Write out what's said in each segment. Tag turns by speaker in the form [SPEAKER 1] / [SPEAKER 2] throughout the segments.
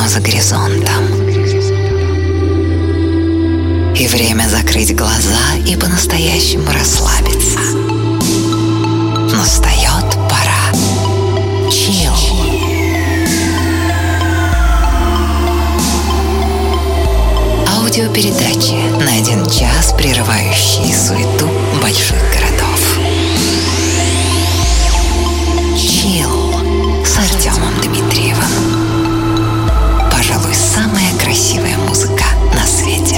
[SPEAKER 1] давно за горизонтом. И время закрыть глаза и по-настоящему расслабиться. Настает пора. Чил. Аудиопередачи на 1 час, прерывающие суету больших городов. Чил с Артемом Дмитриевым. Пожалуй, самая красивая музыка на свете.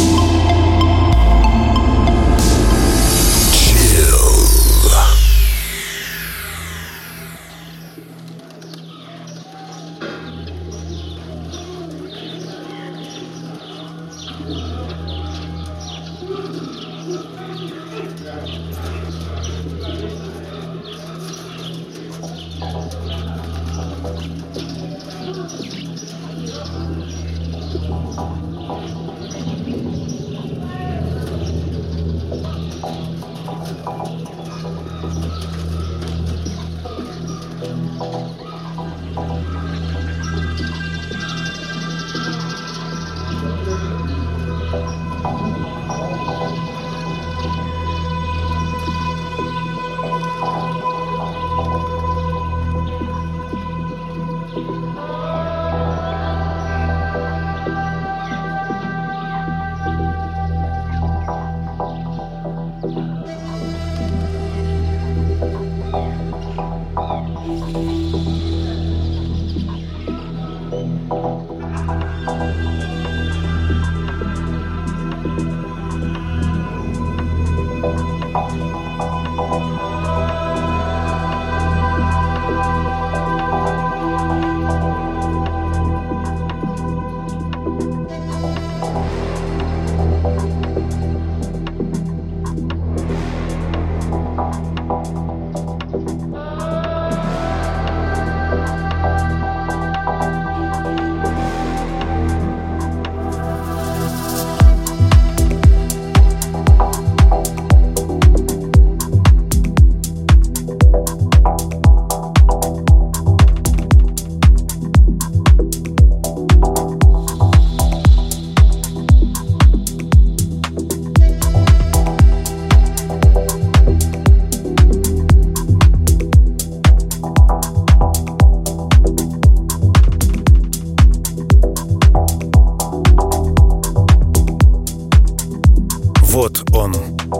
[SPEAKER 2] Вот он.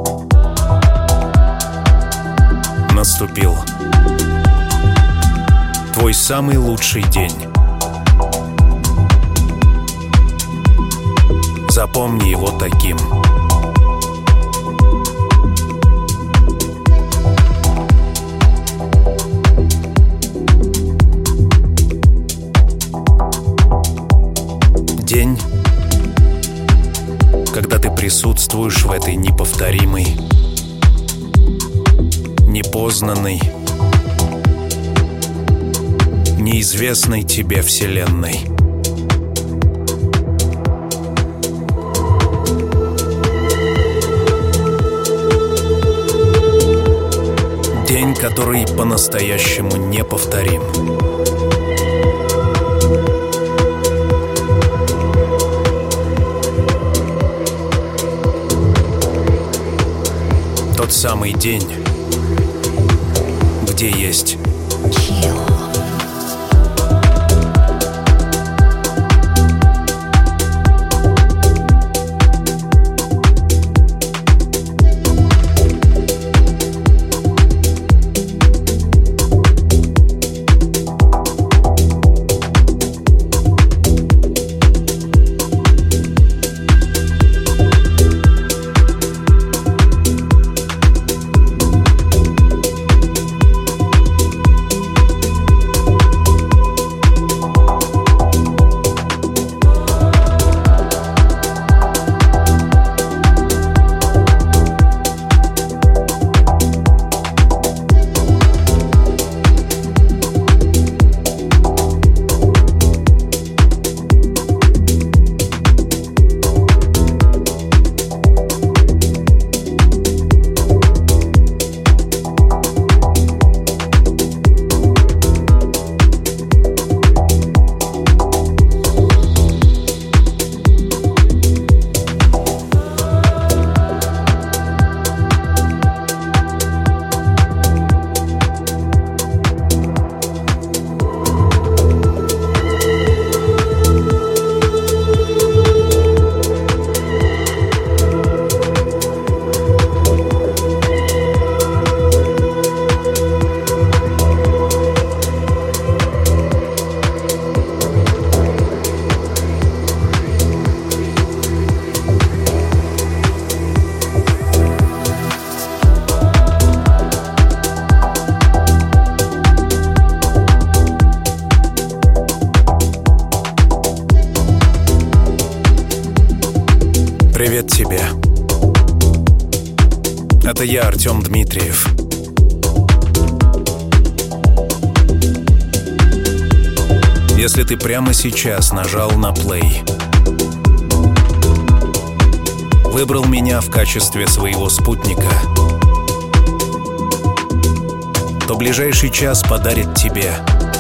[SPEAKER 2] Наступил. Твой самый лучший день. Запомни его таким. День, когда ты присутствуешь в этой неповторимой, непознанной, неизвестной тебе вселенной. День, который по-настоящему неповторим. Тот самый день, где есть
[SPEAKER 1] Чил.
[SPEAKER 2] тебе. Это я, Артем Дмитриев. Если ты прямо сейчас нажал на плей, выбрал меня в качестве своего спутника, то ближайший час подарит тебе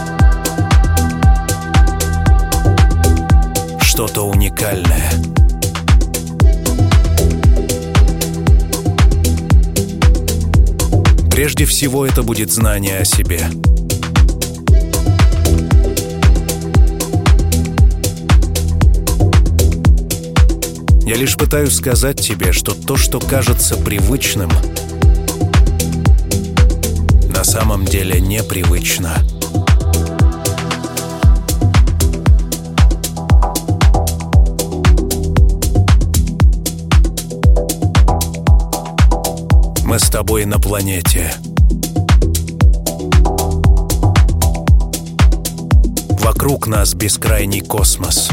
[SPEAKER 2] что-то уникальное. Прежде всего, это будет знание о себе. Я лишь пытаюсь сказать тебе, что то, что кажется привычным, на самом деле непривычно. Мы с тобой на планете. Вокруг нас бескрайний космос.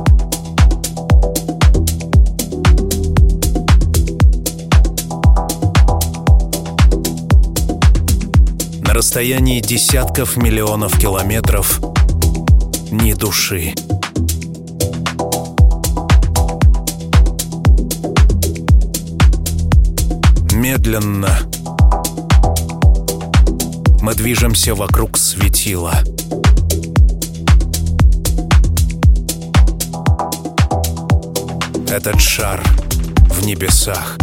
[SPEAKER 2] На расстоянии десятков миллионов километров ни души. Медленно мы движемся вокруг светила. Этот шар в небесах.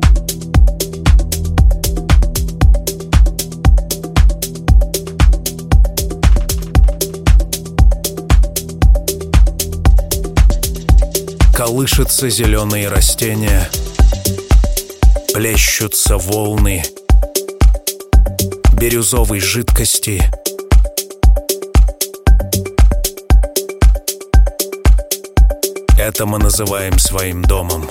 [SPEAKER 2] Колышутся зеленые растения, плещутся волны бирюзовой жидкости. Это мы называем своим домом.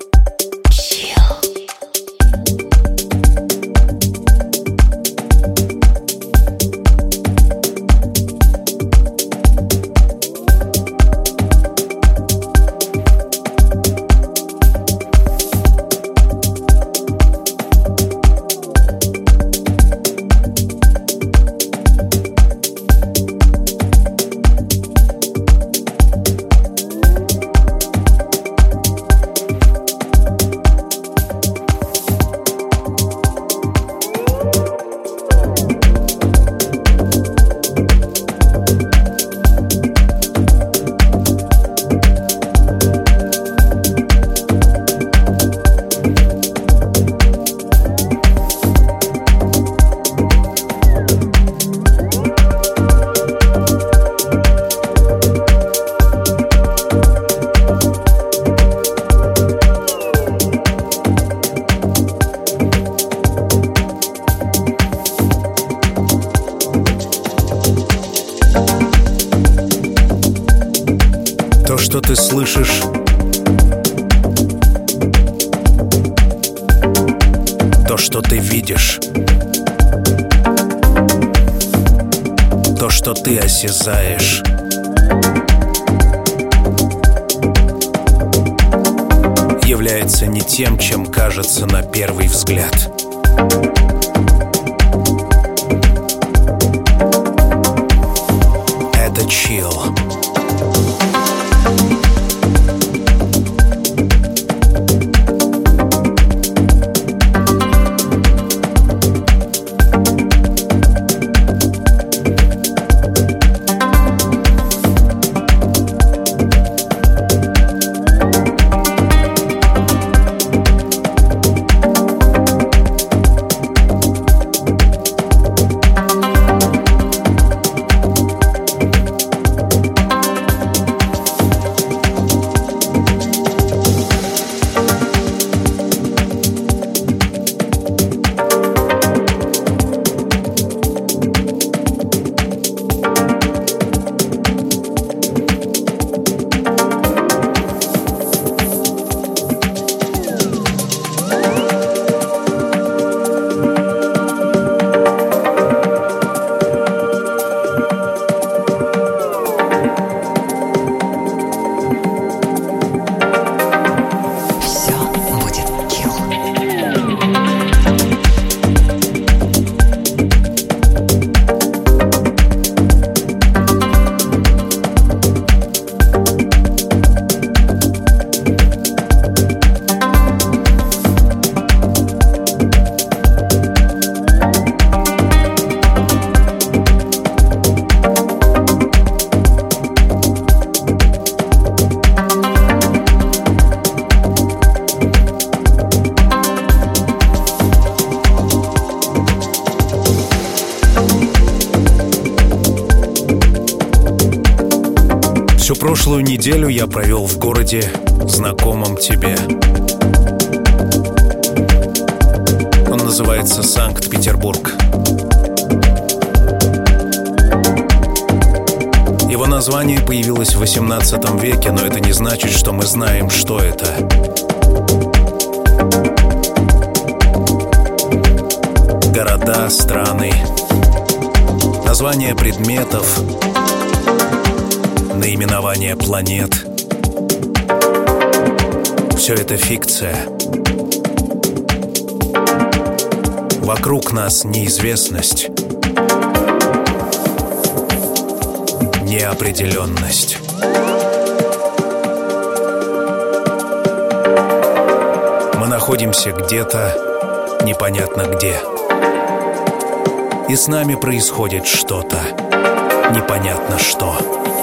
[SPEAKER 2] То, что ты слышишь, то, что ты видишь, то, что ты осязаешь, является не тем, чем кажется на первый взгляд. Это chill. Всю прошлую неделю я провел в городе, знакомом тебе. Он называется Санкт-Петербург. Его название появилось в XVIII веке, но это не значит, что мы знаем, что это. Города, страны, названия предметов, наименования планет. Все это фикция. Вокруг нас неизвестность, неопределенность. Мы находимся где-то, непонятно где. И с нами происходит что-то, непонятно что.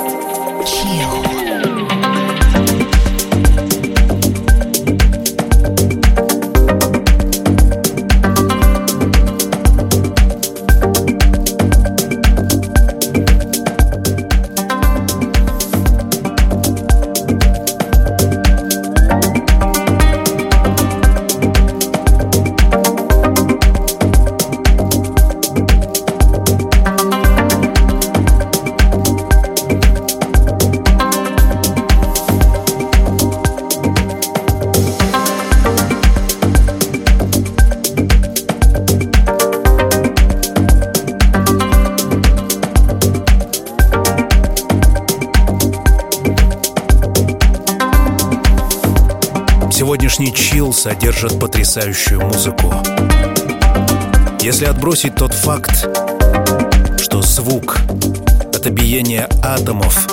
[SPEAKER 2] Сегодняшний чилл содержит потрясающую музыку. Если отбросить тот факт, что звук — это биение атомов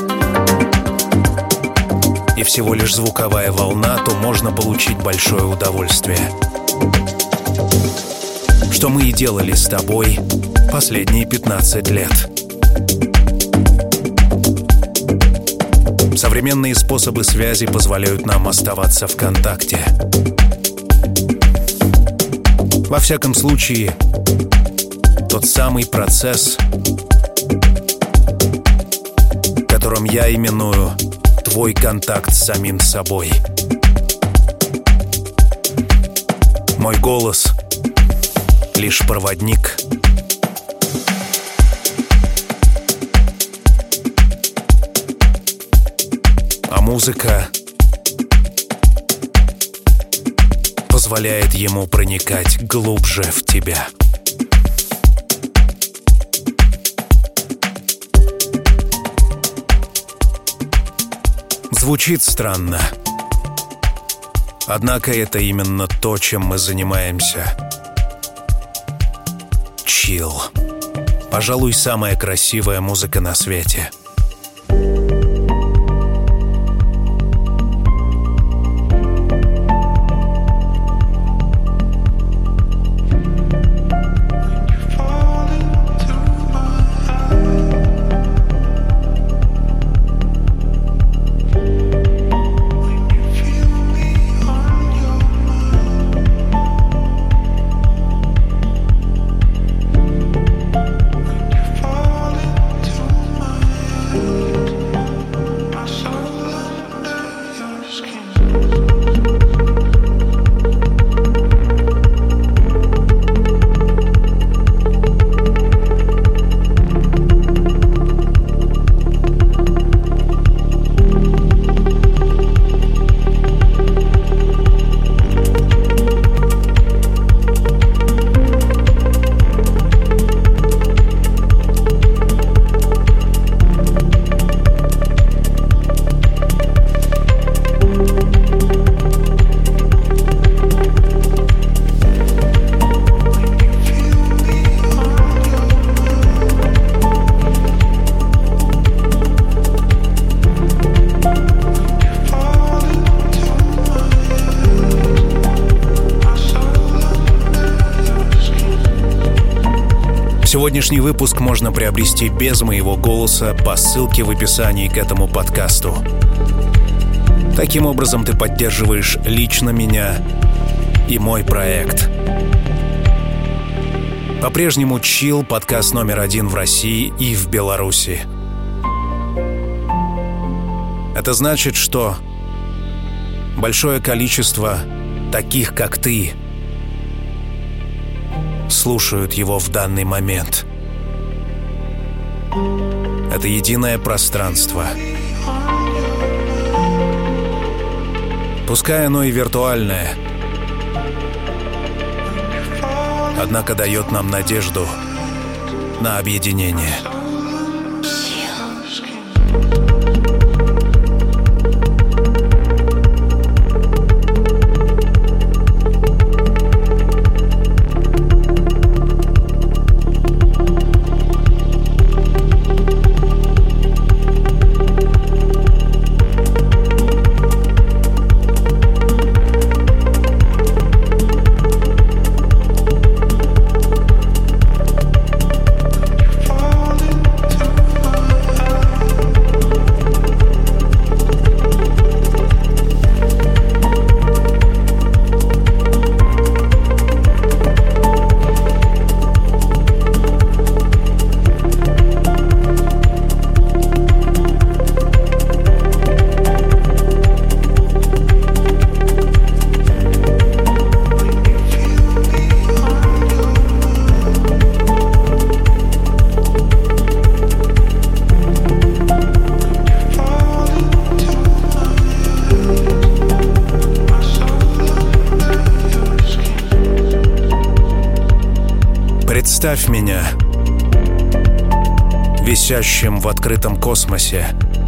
[SPEAKER 2] и всего лишь звуковая волна, то можно получить большое удовольствие. Что мы и делали с тобой последние 15 лет. Современные способы связи позволяют нам оставаться в контакте. Во всяком случае, тот самый процесс, которым я именую твой контакт с самим собой. Мой голос — лишь проводник. А музыка позволяет ему проникать глубже в тебя. Звучит странно. Однако это именно то, чем мы занимаемся. Чилл. Пожалуй, самая красивая музыка на свете. Сегодняшний выпуск можно приобрести без моего голоса по ссылке в описании к этому подкасту. Таким образом, ты поддерживаешь лично меня и мой проект. По-прежнему чилл, подкаст номер 1 в России и в Беларуси. Это значит, что большое количество таких, как ты, слушают его в данный момент. Это единое пространство. Пускай оно и виртуальное, однако дает нам надежду на объединение. Представь меня висящим в открытом космосе,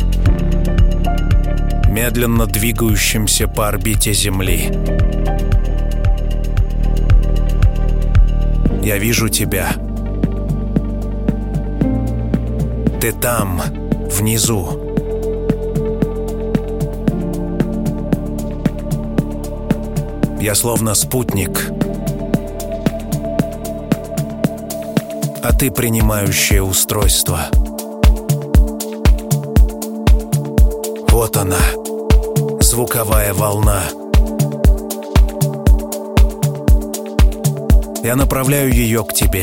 [SPEAKER 2] медленно двигающимся по орбите Земли. Я вижу тебя. Ты там, внизу. Я словно спутник, а ты принимающее устройство. Вот она, звуковая волна. Я направляю ее к тебе.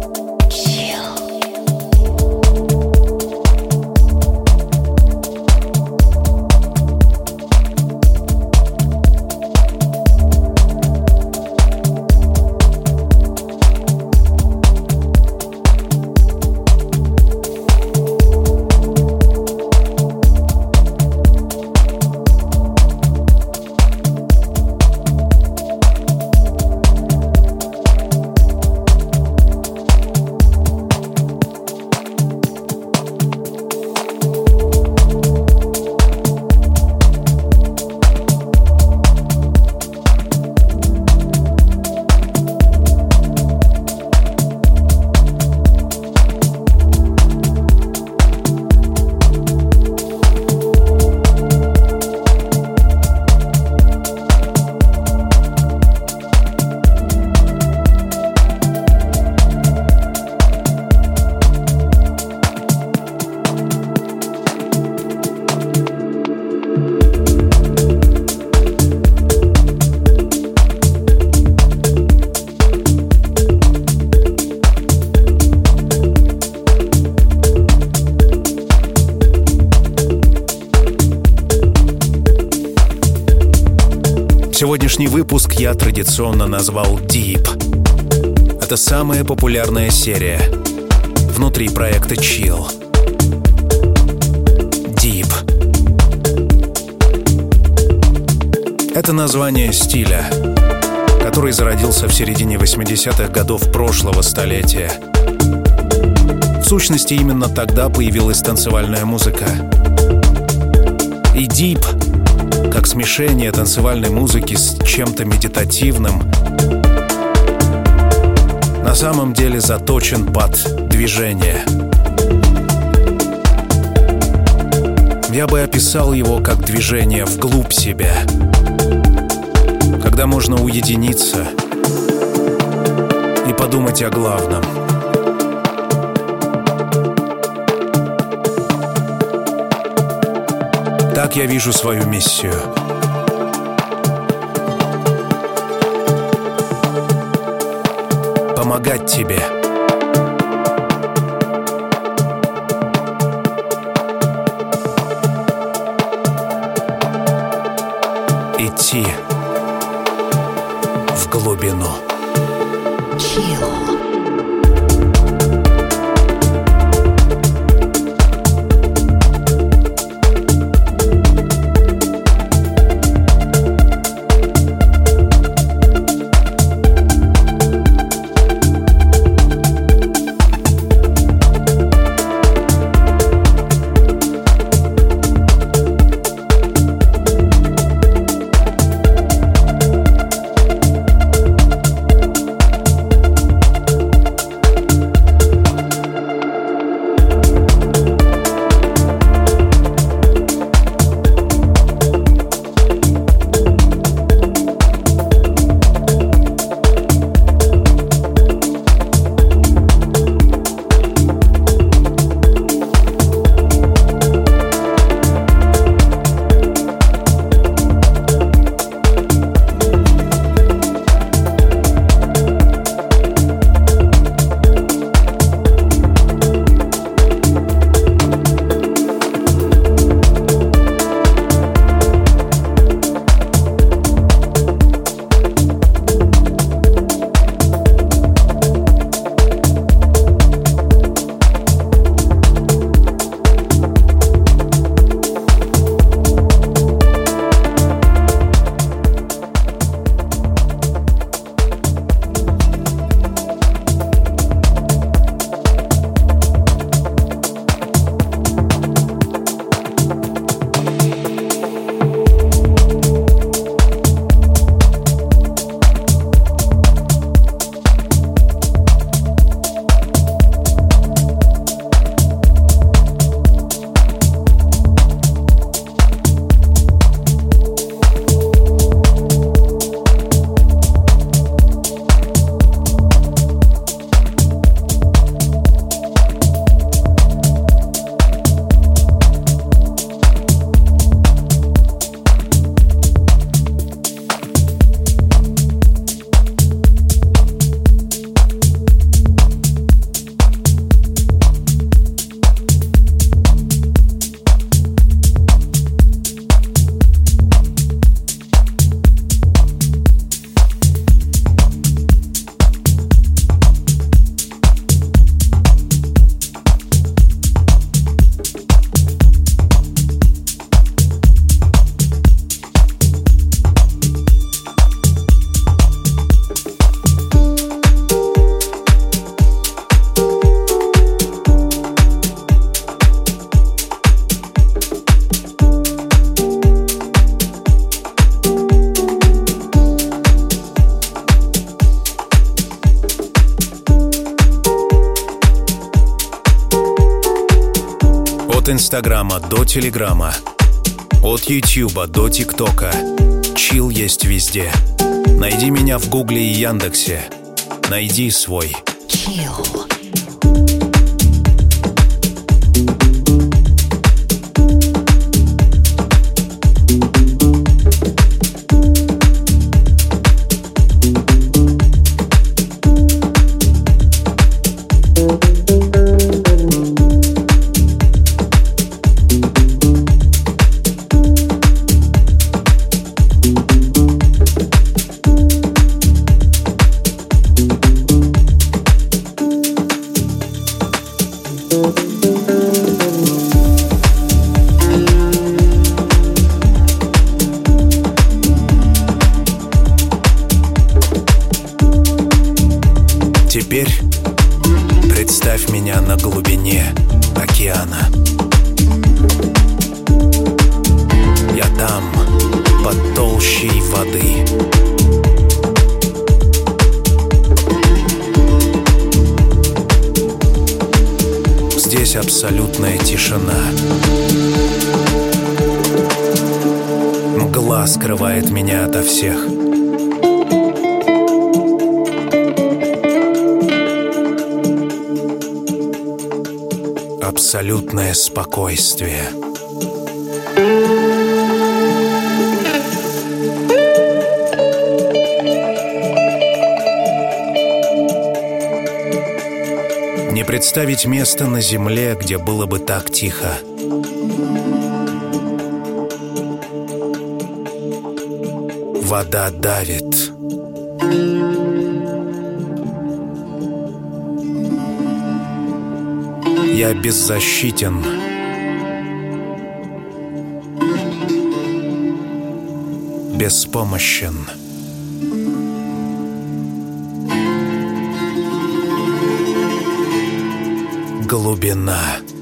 [SPEAKER 2] Сегодняшний выпуск я традиционно назвал Deep. Это самая популярная серия внутри проекта Chill. Deep. Это название стиля, который зародился в середине 80-х годов прошлого столетия. В сущности, именно тогда появилась танцевальная музыка. И Deep, как смешение танцевальной музыки с чем-то медитативным, на самом деле заточен под движение. Я бы описал его как движение вглубь себя, когда можно уединиться и подумать о главном. Так я вижу свою миссию. Помогать тебе. уйти в глубину.
[SPEAKER 1] Chill.
[SPEAKER 2] От Инстаграма до Телеграма, от Ютьюба до ТикТока. Чилл есть везде. Найди меня в Гугле и Яндексе. Найди свой
[SPEAKER 1] Chill.
[SPEAKER 2] Теперь представь меня на глубине океана. Я там, под толщей воды. Здесь абсолютная тишина. Мгла скрывает меня ото всех. Абсолютное спокойствие. Не представить место на земле, где было бы так тихо. Вода давит. Я беззащитен. Беспомощен. Глубина.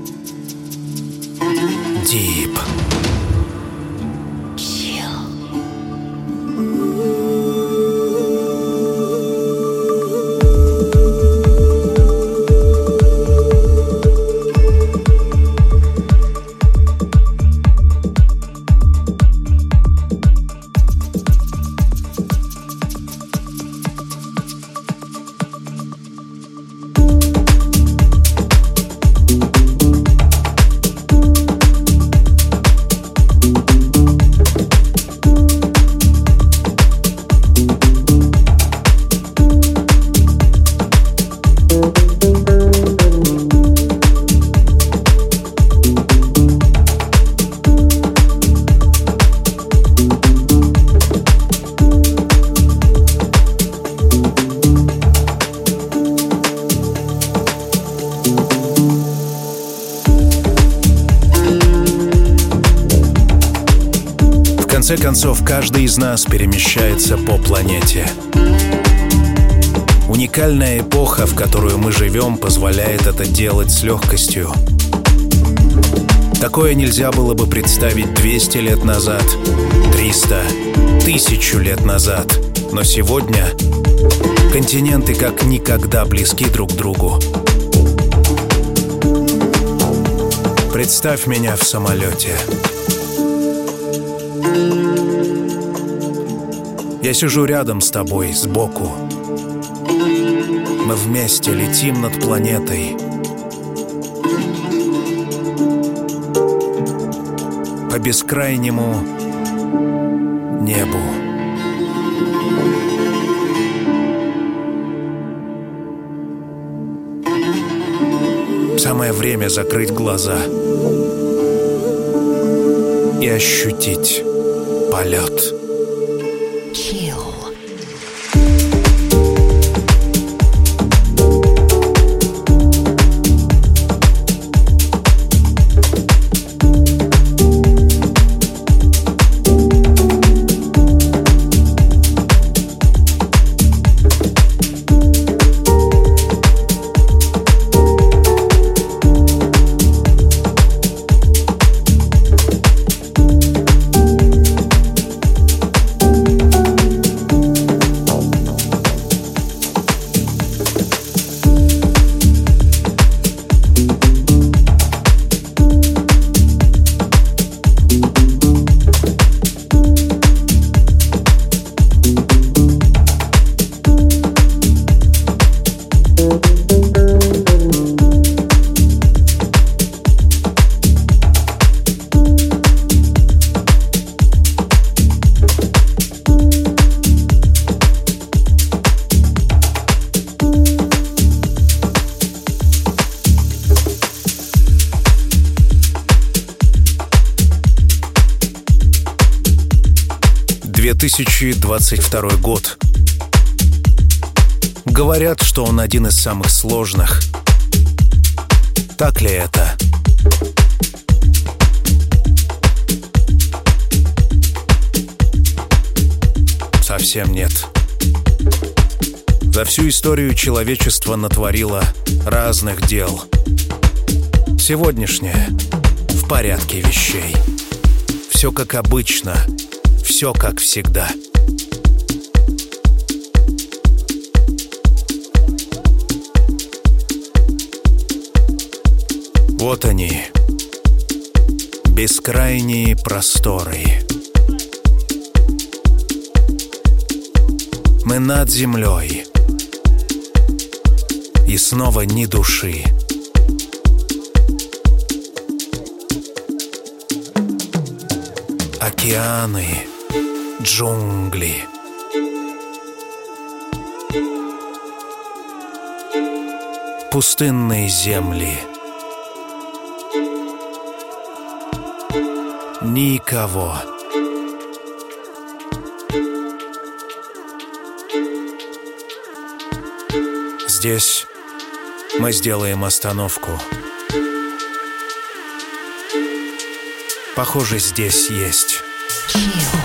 [SPEAKER 2] Deep. В конце концов, каждый из нас перемещается по планете. Уникальная эпоха, в которую мы живем, позволяет это делать с легкостью. Такое нельзя было бы представить 200 лет назад, 300, 1000 лет назад. Но сегодня континенты как никогда близки друг к другу. Представь меня в самолете. Я сижу рядом с тобой, сбоку. Мы вместе летим над планетой. По бескрайнему небу. Самое время закрыть глаза и ощутить полет. «2022 год. Говорят, что он один из самых сложных. Так ли это? Совсем нет. За всю историю человечество натворило разных дел. Сегодняшнее в порядке вещей. Все как обычно. Все как всегда. Вот они, бескрайние просторы. Мы над землей, и снова ни души. Океаны, джунгли. Пустынные земли. Никого. Здесь мы сделаем остановку. Похоже, здесь есть
[SPEAKER 1] Chill.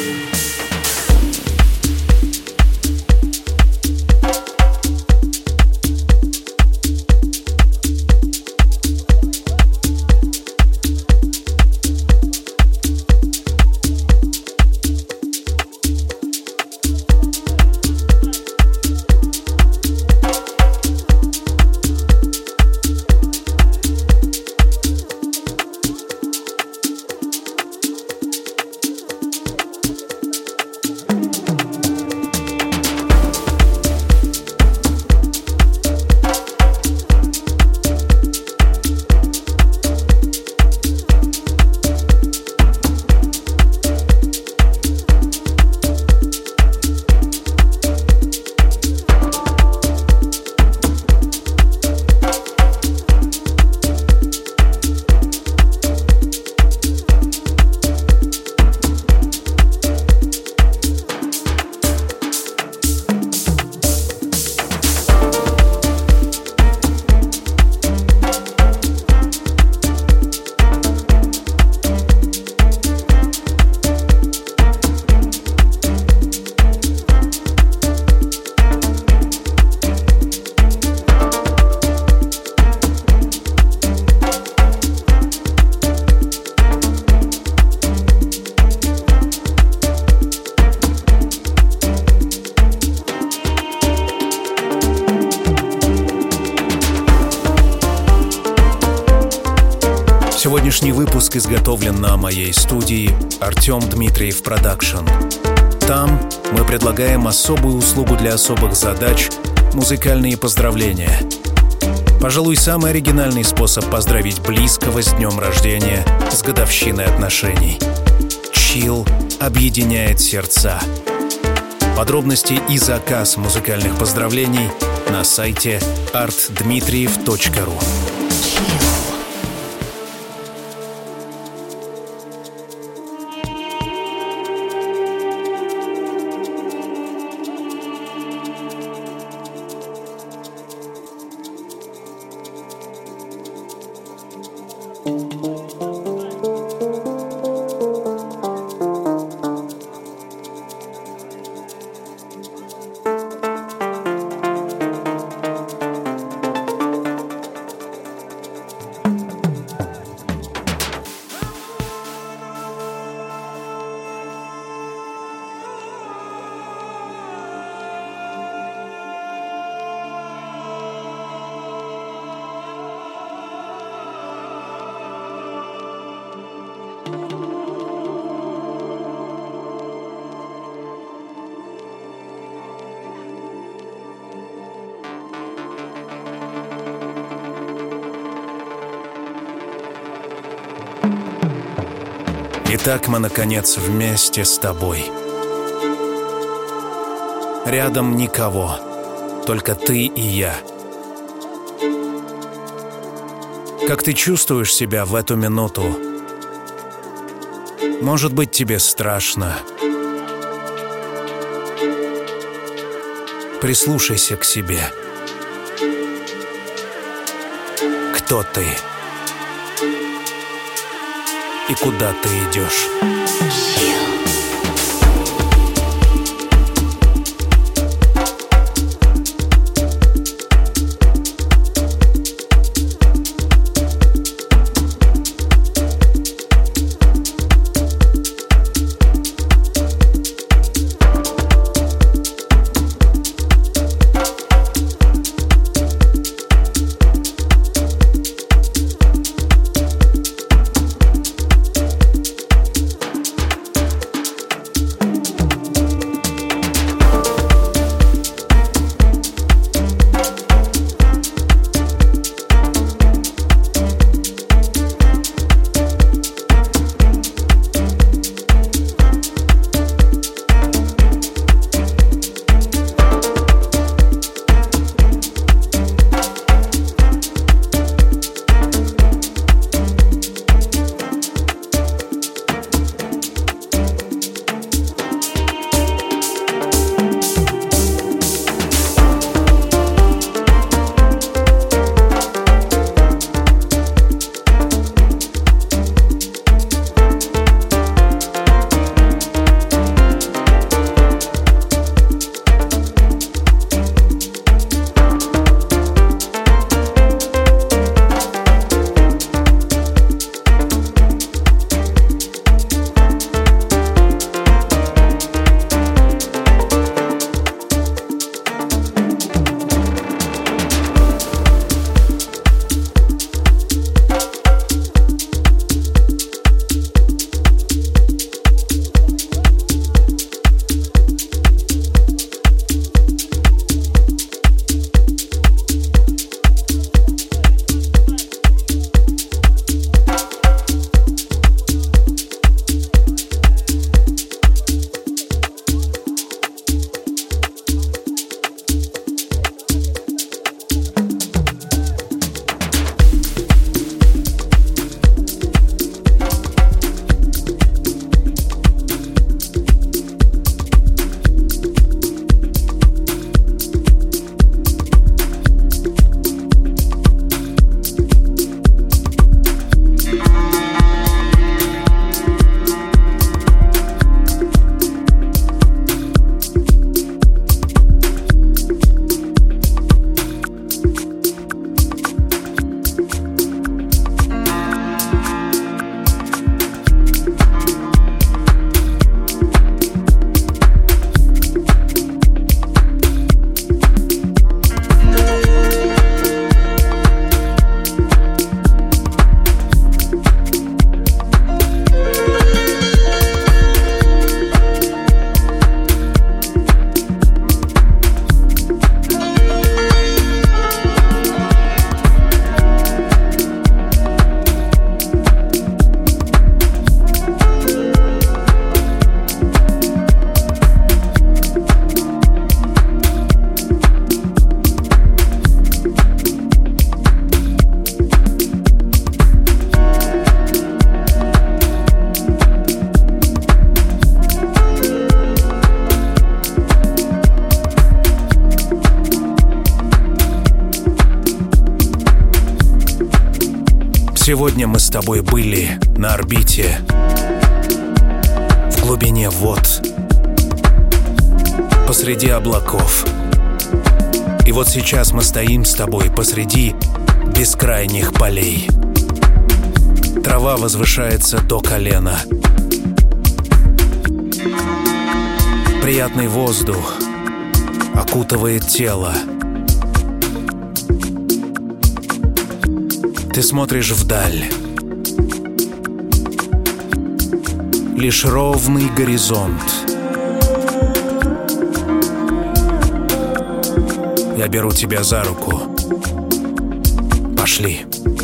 [SPEAKER 2] Сегодняшний выпуск изготовлен на моей студии Артем Дмитриев Продакшн. Там мы предлагаем особую услугу для особых задач — музыкальные поздравления. Пожалуй, самый оригинальный способ поздравить близкого с днем рождения, с годовщиной отношений. Chill объединяет сердца. Подробности и заказ музыкальных поздравлений на сайте artdmitriev.ru. Итак, мы, наконец, вместе с тобой. Рядом никого, только ты и я. Как ты чувствуешь себя в эту минуту? Может быть, тебе страшно. Прислушайся к себе. Кто ты? И куда ты идешь? Сегодня мы с тобой были на орбите, в глубине вод, посреди облаков. И вот сейчас мы стоим с тобой посреди бескрайних полей. Трава возвышается до колена. Приятный воздух окутывает тело. Ты смотришь вдаль. Лишь ровный горизонт. Я беру тебя за руку. Пошли.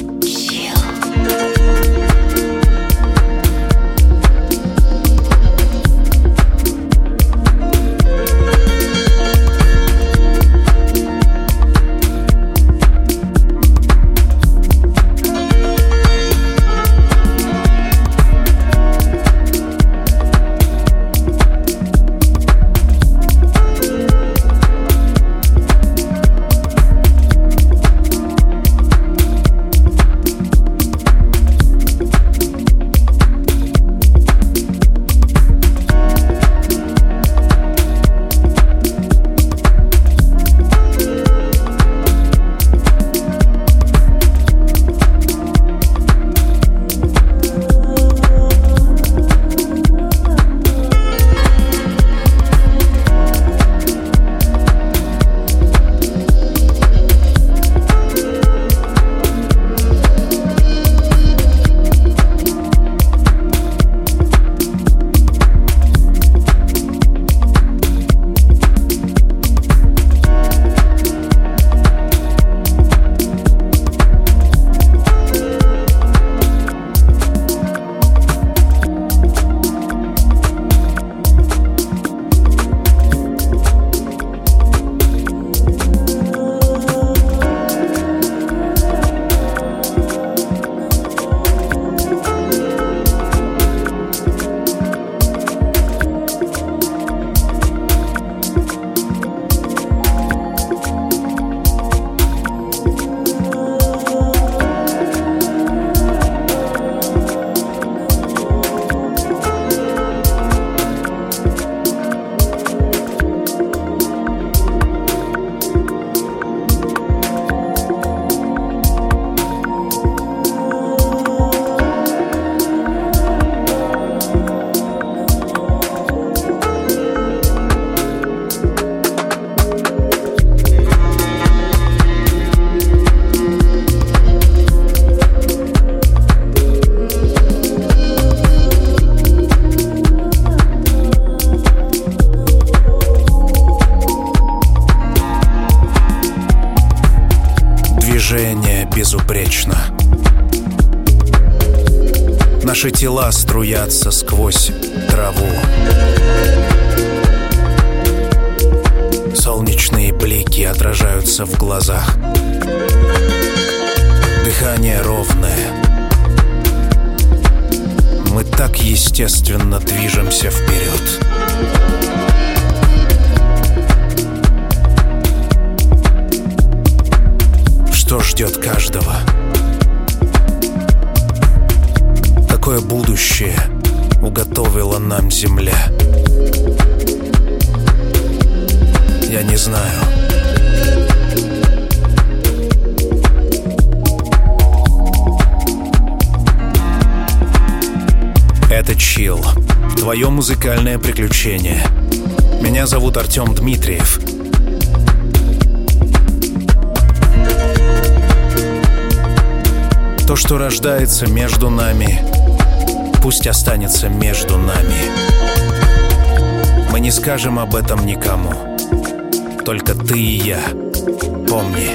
[SPEAKER 2] Безупречно. Наши тела струятся сквозь траву. Солнечные блики отражаются в глазах. Дыхание ровное. Мы так естественно движемся вперед. Что ждет каждого? Какое будущее уготовила нам Земля? Я не знаю. Это Chill. Твое музыкальное приключение. Меня зовут Артем Дмитриев. То, что рождается между нами, пусть останется между нами. Мы не скажем об этом никому. Только ты и я. Помни.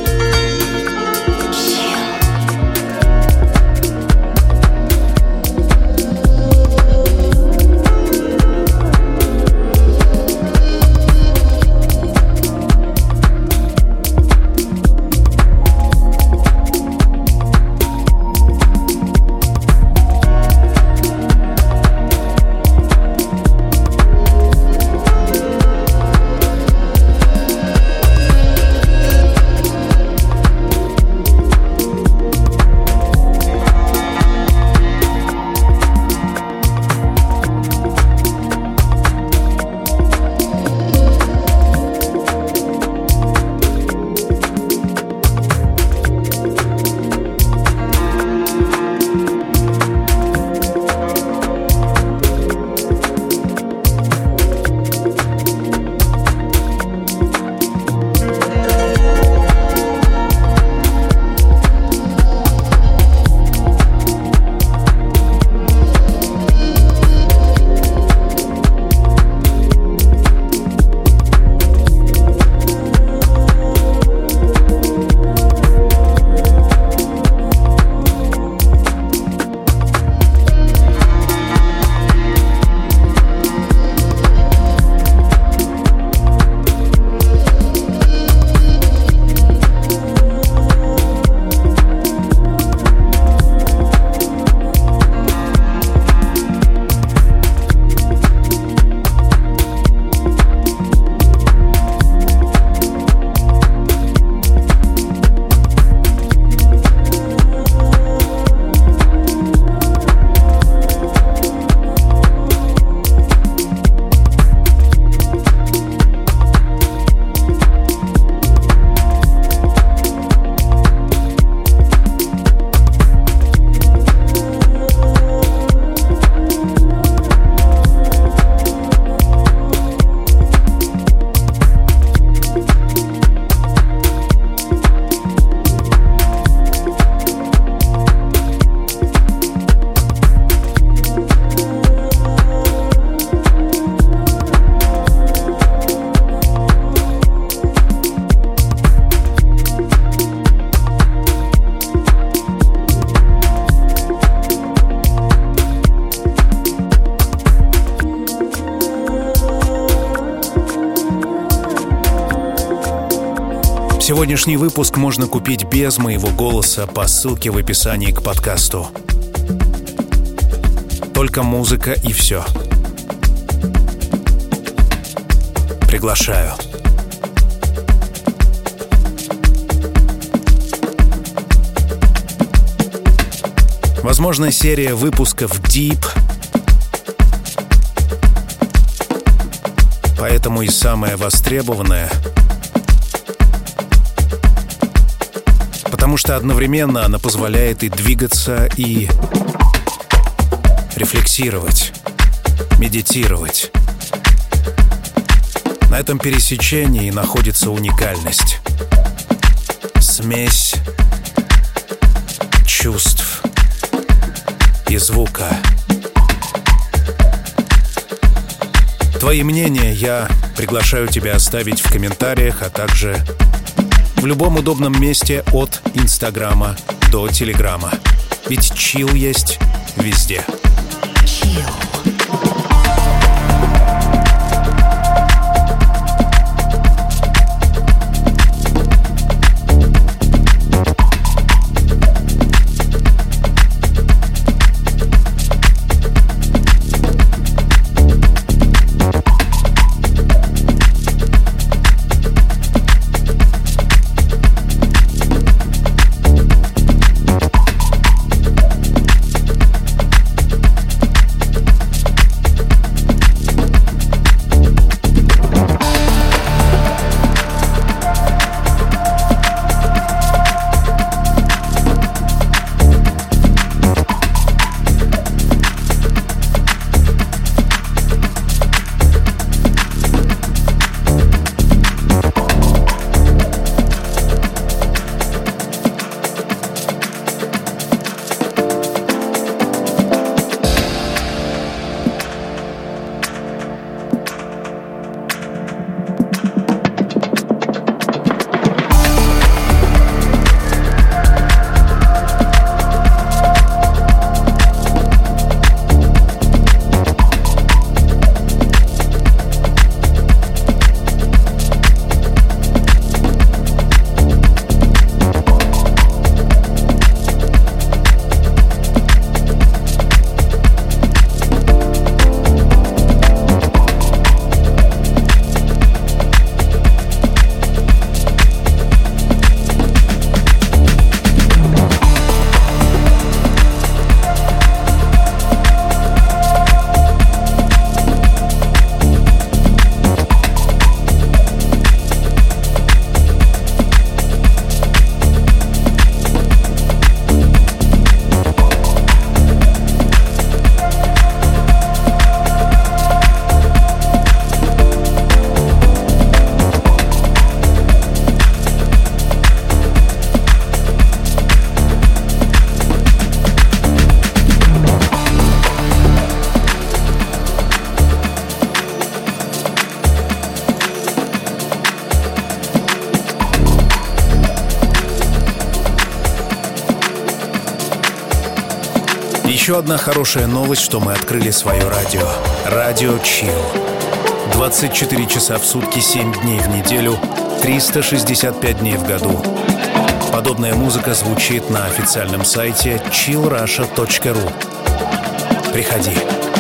[SPEAKER 2] Сегодняшний выпуск можно купить без моего голоса по ссылке в описании к подкасту. Только музыка и все. Приглашаю. Возможно, серия выпусков Deep, поэтому и самая востребованная, потому что одновременно она позволяет и двигаться, и рефлексировать, медитировать. На этом пересечении находится уникальность. Смесь чувств и звука. Твои мнения я приглашаю тебя оставить в комментариях, а также в любом удобном месте от Инстаграма до Телеграма. Ведь чил есть везде.
[SPEAKER 1] Chill.
[SPEAKER 2] Еще одна хорошая новость, что мы открыли свое радио. Радио Chill. 24 часа в сутки, 7 дней в неделю, 365 дней в году. Подобная музыка звучит на официальном сайте chillrusha.ru. Приходи.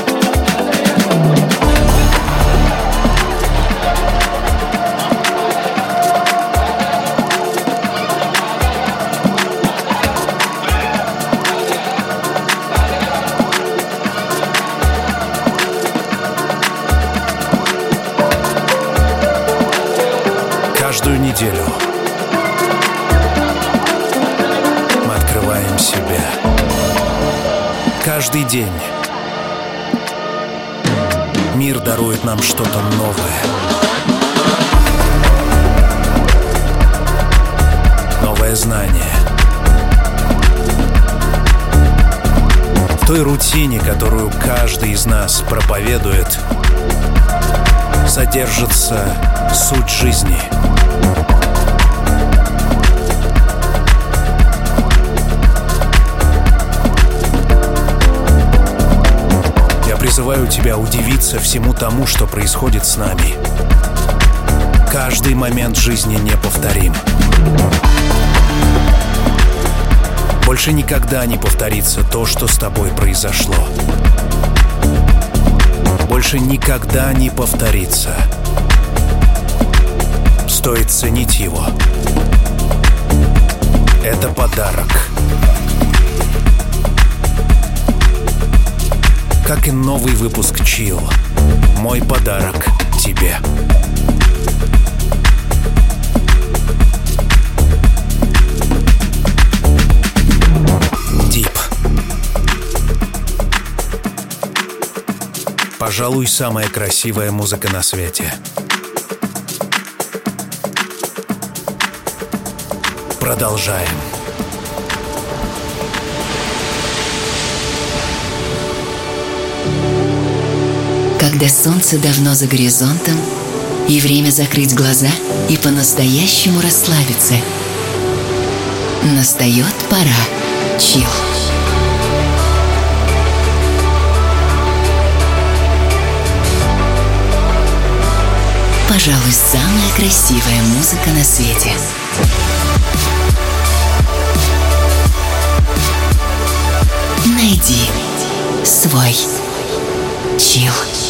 [SPEAKER 2] Каждую неделю мы открываем себя. Каждый день мир дарует нам что-то новое. Новое знание. В той рутине, которую каждый из нас проповедует, содержится суть жизни. Я призываю тебя удивиться всему тому, что происходит с нами. Каждый момент жизни неповторим. Больше никогда не повторится то, что с тобой произошло. Больше никогда не повторится. Стоит ценить его. Это подарок. Как и новый выпуск Chill. Мой подарок тебе. Deep. Пожалуй, самая красивая музыка на свете. Продолжаем.
[SPEAKER 1] Когда солнце давно за горизонтом, и время закрыть глаза и по-настоящему расслабиться, настает пора Chill. Пожалуй, самая красивая музыка на свете. Найди свой Chill.